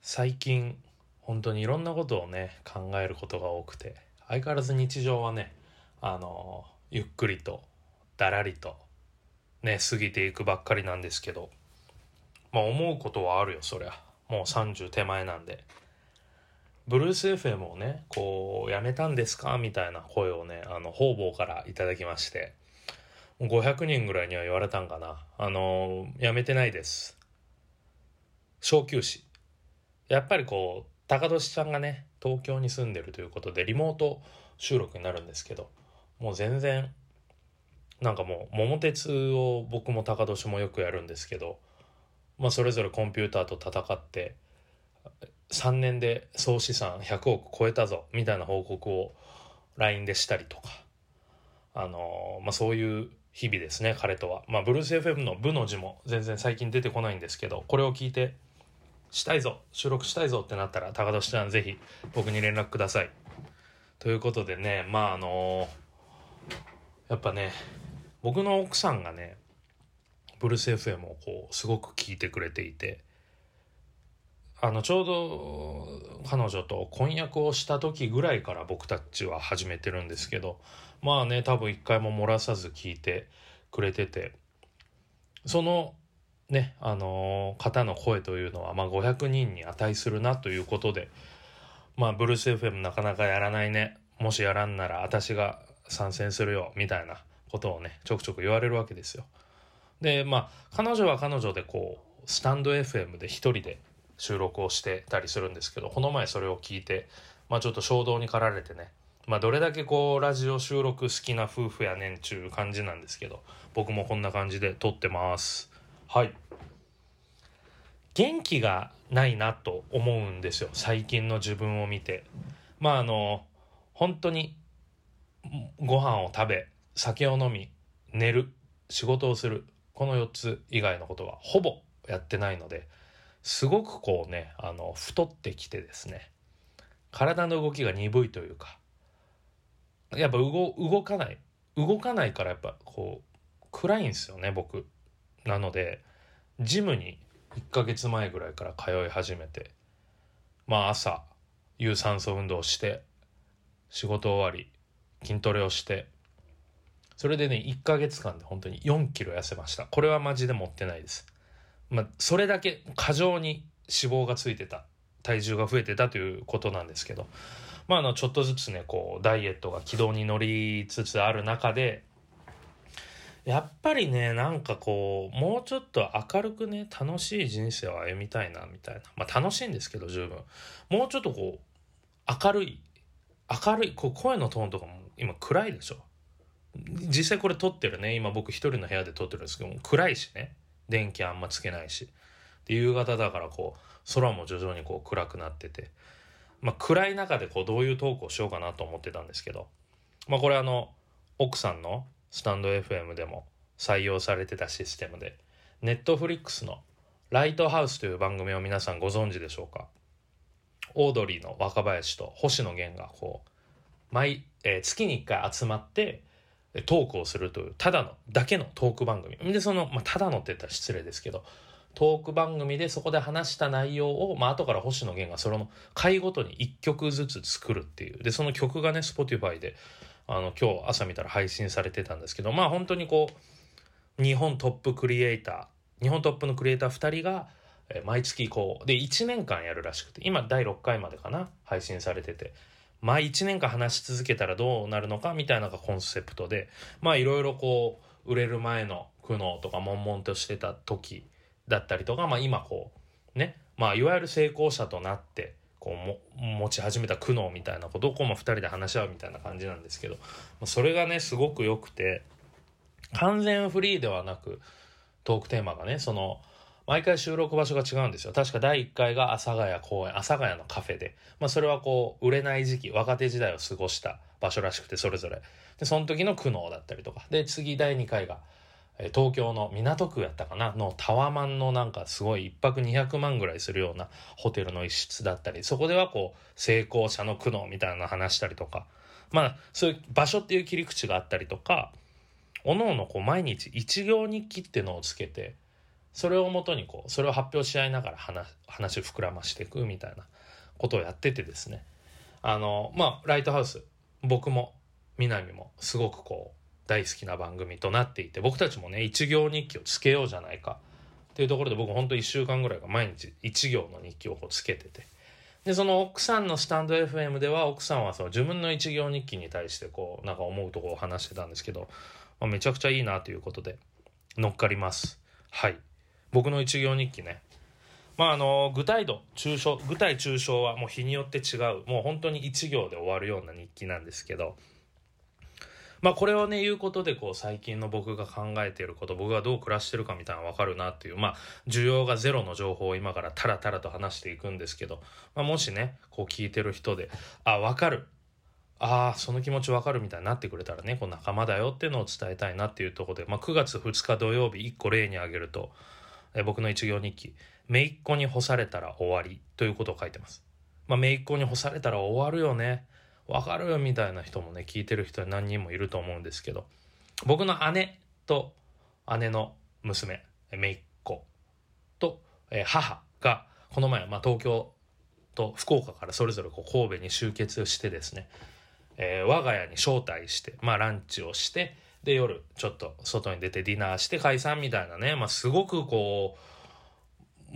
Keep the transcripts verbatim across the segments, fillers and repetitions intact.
最近本当にいろんなことをね考えることが多くて、相変わらず日常はねあのゆっくりとだらりとね過ぎていくばっかりなんですけど、まあ思うことはあるよ。そりゃもうさんじゅう手前なんで。ブルース エフエム をねこうやめたんですかみたいな声をねあの方々からいただきまして、ごひゃくにんぐらいには言われたんかな。あのやめてないです。小休止。やっぱりこう高俊さんがね東京に住んでるということでリモート収録になるんですけど、もう全然なんかもう桃鉄を僕も高俊もよくやるんですけど、まあそれぞれコンピューターと戦ってさんねんで総資産ひゃくおく超えたぞみたいな報告を ライン でしたりとか、あのーまあそういう日々ですね彼とは。まあブルース エフエム の部の字も全然最近出てこないんですけど、これを聞いてしたいぞ収録したいぞってなったら高田さんぜひ僕に連絡ください。ということでね、まああのやっぱね僕の奥さんがねブルース エフエム をこうすごく聞いてくれていて、あのちょうど彼女と婚約をした時ぐらいから僕たちは始めてるんですけど、まあね多分一回も漏らさず聞いてくれてて、そのねあのー方の声というのはまあごひゃくにんに値するなということで、まあブルース エフエム なかなかやらないね、もしやらんなら私が参戦するよみたいなことをねちょくちょく言われるわけですよ。でまあ彼女は彼女でこうスタンド エフエム で一人で収録をしてたりするんですけど、この前それを聞いてまあちょっと衝動に駆られてね、まあどれだけこうラジオ収録好きな夫婦やねんちゅう感じなんですけど、僕もこんな感じで撮ってます。はい。元気がないなと思うんですよ最近の自分を見て。まああの本当にご飯を食べ酒を飲み寝る仕事をする、このよっつ以外のことはほぼやってないので、すごくこうねあの太ってきてですね、体の動きが鈍いというか、やっぱ動動かない動かないからやっぱこう暗いんですよね僕。なのでジムにいっかげつまえぐらいから通い始めて、まあ朝有酸素運動をして仕事終わり筋トレをして、それでねいっかげつかんで本当によんキロ痩せました。これはマジで持ってないです。まあそれだけ過剰に脂肪がついてた、体重が増えてたということなんですけど、まああのちょっとずつねこうダイエットが軌道に乗りつつある中で、やっぱりねなんかこうもうちょっと明るくね楽しい人生を歩みたいなみたいな、まあ楽しいんですけど十分もうちょっとこう明るい明るいこう声のトーンとかも今暗いでしょ。実際これ撮ってるね今僕一人の部屋で撮ってるんですけども、暗いしね電気あんまつけないしで夕方だからこう空も徐々にこう暗くなってて、まあ暗い中でこうどういうトークをしようかなと思ってたんですけど、まあこれあの奥さんのスタンド エフエム でも採用されてたシステムで、ネットフリックスのライトハウスという番組を皆さんご存知でしょうか。オードリーの若林と星野源がこう毎、えー月にいっかい集まってトークをするというただのだけのトーク番組で、その、まあ、ただのって言ったら失礼ですけどトーク番組でそこで話した内容を、まあ後から星野源がその回ごとにいっきょくずつ作るっていう。でその曲がね Spotify であの今日朝見たら配信されてたんですけど、まあ本当にこう日本トップクリエイター日本トップのクリエイターふたりがえー毎月こうでいちねんかんやるらしくて、今だいろっかいまでかな配信されてて、まあいちねんかん話し続けたらどうなるのかみたいなのがコンセプトで、まあいろいろこう売れる前の苦悩とか悶々としてた時だったりとか、まあ今こうねまあいわゆる成功者となってこうも持ち始めた苦悩みたいなことをこうまあふたりで話し合うみたいな感じなんですけど、それがねすごく良くて、完全フリーではなくトークテーマがねその毎回収録場所が違うんですよ。確かだいいっかいが阿佐ヶ谷公園、阿佐ヶ谷のカフェで、まあそれはこう売れない時期、若手時代を過ごした場所らしくて、それぞれでその時の苦悩だったりとかで、次だいにかいがえー東京の港区やったかなのタワマンのなんかすごい一泊にひゃくまんぐらいするようなホテルの一室だったり、そこではこう成功者の苦悩みたいなの話したりとか、まあそういう場所っていう切り口があったりとか、おのおのこう毎日一行日記っていうのをつけて、 それをもとにこうそれを発表し合いながら話話を膨らましていくみたいなことをやっててですね、あのまあライトハウス、僕も南もすごくこう大好きな番組となっていて、僕たちもね一行日記をつけようじゃないかっていうところで、僕ほんといっしゅうかんぐらいが毎日一行の日記をこうつけてて、でその奥さんのスタンド エフエム では奥さんはその自分の一行日記に対してこうなんか思うところを話してたんですけど、まあ、めちゃくちゃいいなということで乗っかります。はい、僕の一行日記ね、まああの具体度抽象具体抽象はもう日によって違う、もう本当に一行で終わるような日記なんですけど、まあこれをね言うことでこう最近の僕が考えていること、僕がどう暮らしてるかみたいなのが分かるなっていう、まあ需要がゼロの情報を今からタラタラと話していくんですけど、まあ、もしねこう聞いてる人であ分かる、ああその気持ち分かるみたいになってくれたらね、こう仲間だよっていうのを伝えたいなっていうところで、まあ、くがつふつか土曜日いっこ例に挙げると、え僕の一行日記、姪っ子に干されたら終わりということを書いてます。まあ姪っ子に干されたら終わるよね、わかるよみたいな人もね聞いてる人は何人もいると思うんですけど、僕の姉と姉の娘姪っ子と、えー、母がこの前、まあ、東京と福岡からそれぞれこう神戸に集結してですね、えー、我が家に招待して、まあ、ランチをして、で夜ちょっと外に出てディナーして解散みたいなね、まあ、すごくこう、うん、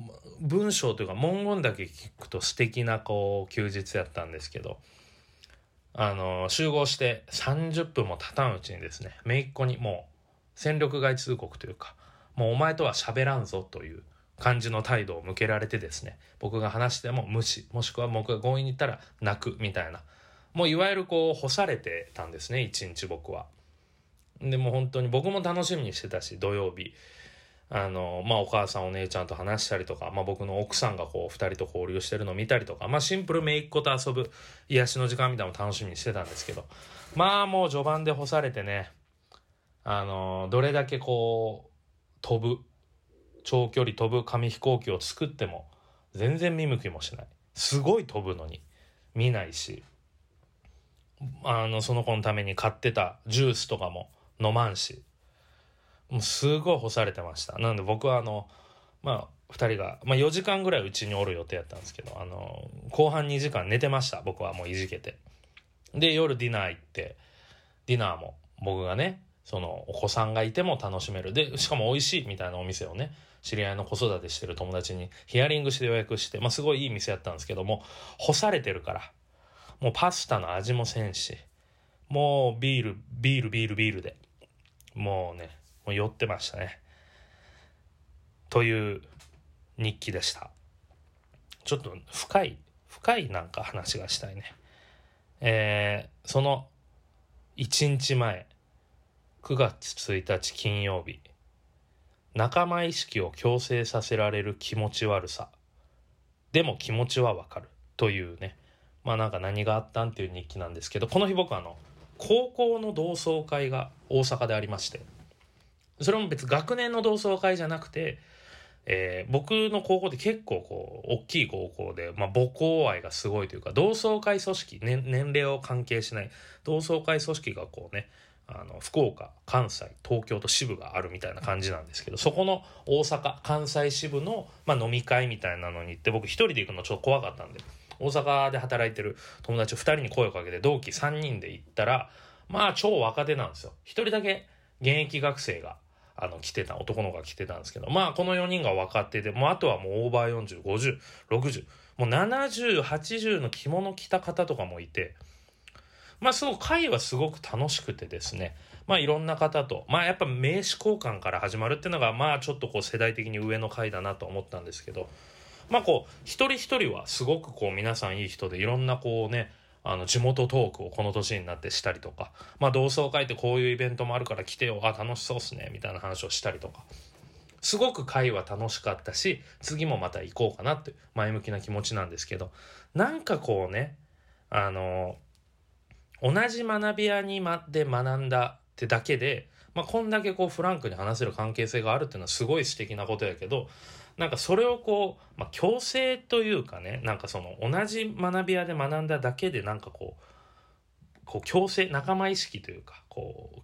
文章というか文言だけ聞くと素敵なこう休日やったんですけど、あの集合してさんじゅっぷんも経たんうちにですね、姪っ子にもう戦力外通告というか、もうお前とは喋らんぞという感じの態度を向けられてですね、僕が話しても無視、もしくは僕が強引に言ったら泣くみたいな、もういわゆるこう干されてたんですね一日僕は。でも本当に僕も楽しみにしてたし、土曜日あのまあお母さんお姉ちゃんと話したりとか、まあ、僕の奥さんがこうふたりと交流してるのを見たりとか、まあシンプル姪っ子と遊ぶ癒しの時間みたいなのを楽しみにしてたんですけど、まあもう序盤で干されてね、あのどれだけこう飛ぶ長距離飛ぶ紙飛行機を作っても全然見向きもしない、すごい飛ぶのに見ないし、あのその子のために買ってたジュースとかも飲まんし、もうすごい干されてました。なので僕はあのまあふたりが、まあ、よじかんぐらいうちにおる予定やったんですけど、あの後半にじかん寝てました。僕はもういじけて、で夜ディナー行って、ディナーも僕がねそのお子さんがいても楽しめる、でしかも美味しいみたいなお店をね知り合いの子育てしてる友達にヒアリングして予約して、まあ、すごいいい店やったんですけども、干されてるからもうパスタの味もせんし、もうビールビールビールビールでもうねもう酔ってましたねという日記でした。ちょっと深い深いなんか話がしたいね。えー、そのいちにちまえくがつついたち金曜日、仲間意識を強制させられる気持ち悪さ、でも気持ちはわかるというね、まあなんか何があったんっていう日記なんですけど、この日僕あの高校の同窓会が大阪でありまして、それも別に学年の同窓会じゃなくて、えー、僕の高校で結構こう大きい高校で、まあ、母校愛がすごいというか、同窓会組織、ね、年齢を関係しない同窓会組織がこうね、あの福岡、関西、東京と支部があるみたいな感じなんですけど、そこの大阪関西支部の、まあ、飲み会みたいなのに行って、僕一人で行くのちょっと怖かったんで、大阪で働いてる友達ふたりに声をかけて同期さんにんで行ったら、まあ超若手なんですよ。ひとりだけ現役学生があの来てた、男の子が来てたんですけど、まあこのよにんが若手で、もうあとはもうオーバーよんじゅう、ごじゅう、ろくじゅう、もうななじゅう、はちじゅうの着物着た方とかもいて、まあすごく会はすごく楽しくてですね、まあいろんな方と、まあやっぱ名刺交換から始まるっていうのが、まあちょっとこう世代的に上の会だなと思ったんですけど、まあこう一人一人はすごくこう皆さんいい人で、いろんなこうね、あの地元トークをこの年になってしたりとか、まあ同窓会ってこういうイベントもあるから来てよ、あ楽しそうっすねみたいな話をしたりとか、すごく会は楽しかったし、次もまた行こうかなって前向きな気持ちなんですけど、なんかこうね、あの同じ学び屋にで学んだってだけで、まあ、こんだけこうフランクに話せる関係性があるっていうのはすごい素敵なことやけど、なんかそれをこう、まあ、強制というかね、なんかその同じ学び屋で学んだだけでなんかこう、こう強制、仲間意識というか、こ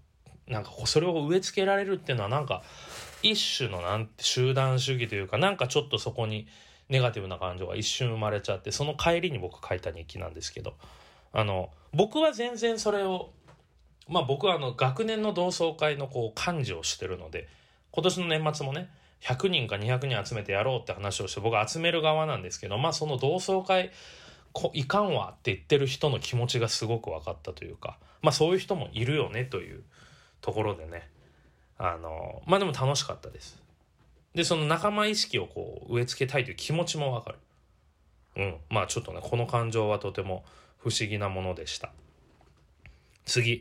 なんかそれを植え付けられるっていうのはなんか一種のなんて集団主義というか、なんかちょっとそこにネガティブな感情が一瞬生まれちゃって、その帰りに僕書いた日記なんですけど、あの僕は全然それをまあ僕はあの学年の同窓会のこう幹事をしてるので、今年の年末もねひゃくにんかにひゃくにん集めてやろうって話をして、僕は集める側なんですけど、まあその同窓会こいかんわって言ってる人の気持ちがすごく分かったというか、まあそういう人もいるよねというところでね、あのまあでも楽しかったです。でその仲間意識をこう植え付けたいという気持ちも分かる。うんまあちょっとねこの感情はとても不思議なものでした。次、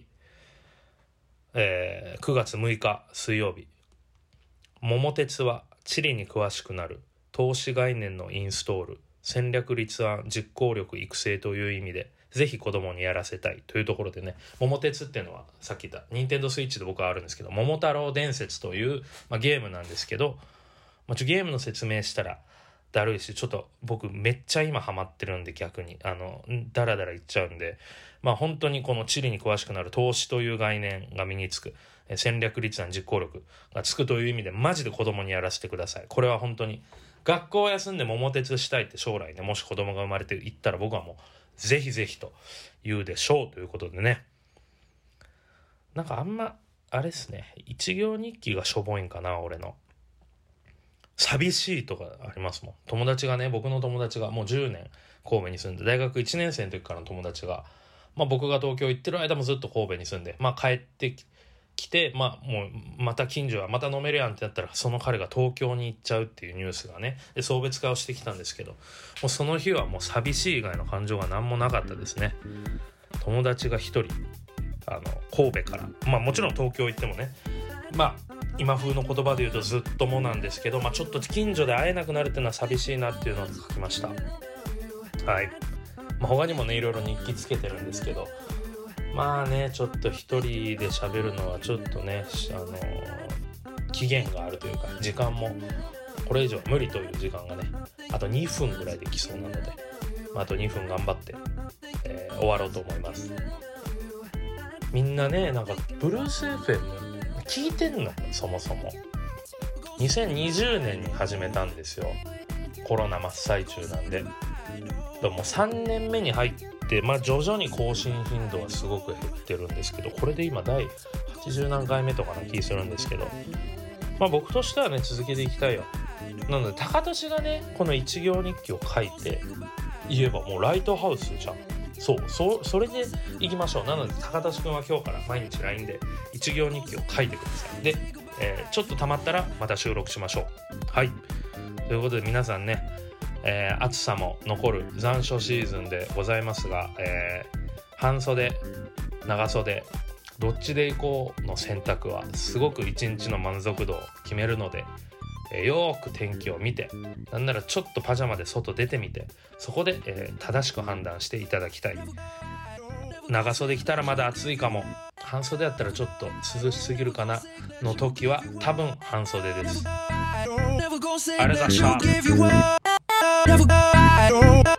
えー、くがつむいか水曜日、桃鉄は地理に詳しくなる投資概念のインストール、戦略立案、実行力育成という意味でぜひ子供にやらせたいというところでね、桃鉄っていうのはさっき言った任天堂スイッチで僕はあるんですけど、桃太郎伝説という、まあ、ゲームなんですけど、まあ、ちょゲームの説明したらだるいし、ちょっと僕めっちゃ今ハマってるんで逆にあのダラダラ言っちゃうんで、まあ本当にこの地理に詳しくなる投資という概念が身につく、戦略立案実行力がつくという意味でマジで子供にやらせてください。これは本当に学校を休んで桃鉄したいって将来ね、もし子供が生まれていったら僕はもうぜひぜひと言うでしょうということでね。なんかあんまあれですね、一行日記がしょぼいんかな俺の。寂しいとかありますもん。友達がね、僕の友達がもうじゅうねん神戸に住んで、大学いちねん生の時からの友達が、まあ僕が東京行ってる間もずっと神戸に住んで、まあ帰ってきて、まあもうまた近所はまた飲めるやんってなったら、その彼が東京に行っちゃうっていうニュースがね、で送別会をしてきたんですけど、もうその日はもう寂しい以外の感情が何もなかったですね。友達が一人あの神戸から、まあもちろん東京行ってもね、まあ今風の言葉で言うとずっともなんですけど、まあ、ちょっと近所で会えなくなるっていうのは寂しいなっていうのを書きました。はい、まあ、他にもねいろいろ日記つけてるんですけど、まあねちょっと一人で喋るのはちょっとね、あのー、期限があるというか時間もこれ以上無理という時間がねあとにふんぐらいできそうなので、まあ、あとにふん頑張って、えー、終わろうと思います。みんなねなんかブルース エフエム聞いてんの？そもそもにせんにじゅうねんに始めたんですよ。コロナ真っ最中なんで。でもさんねんめに入って、まあ徐々に更新頻度はすごく減ってるんですけど、これで今だいはちじゅう何回目とかな気するんですけど、まあ僕としてはね続けていきたいよ。なので高俊がねこの一行日記を書いて言えばもうライトハウスじゃん。そうそそれでいきましょう。なので高俊くんは今日から毎日 ライン で一行日記を書いてください。で、えー、ちょっと溜まったらまた収録しましょう。はいということで皆さんね、えー、暑さも残る残暑シーズンでございますが、えー、半袖長袖どっちで行こうの選択はすごく一日の満足度を決めるので、えー、よーく天気を見て、なんならちょっとパジャマで外出てみて、そこで、えー、正しく判断していただきたい。長袖着たらまだ暑いかも、半袖だったらちょっと涼しすぎるかなの時は多分半袖です。ありがとうございました。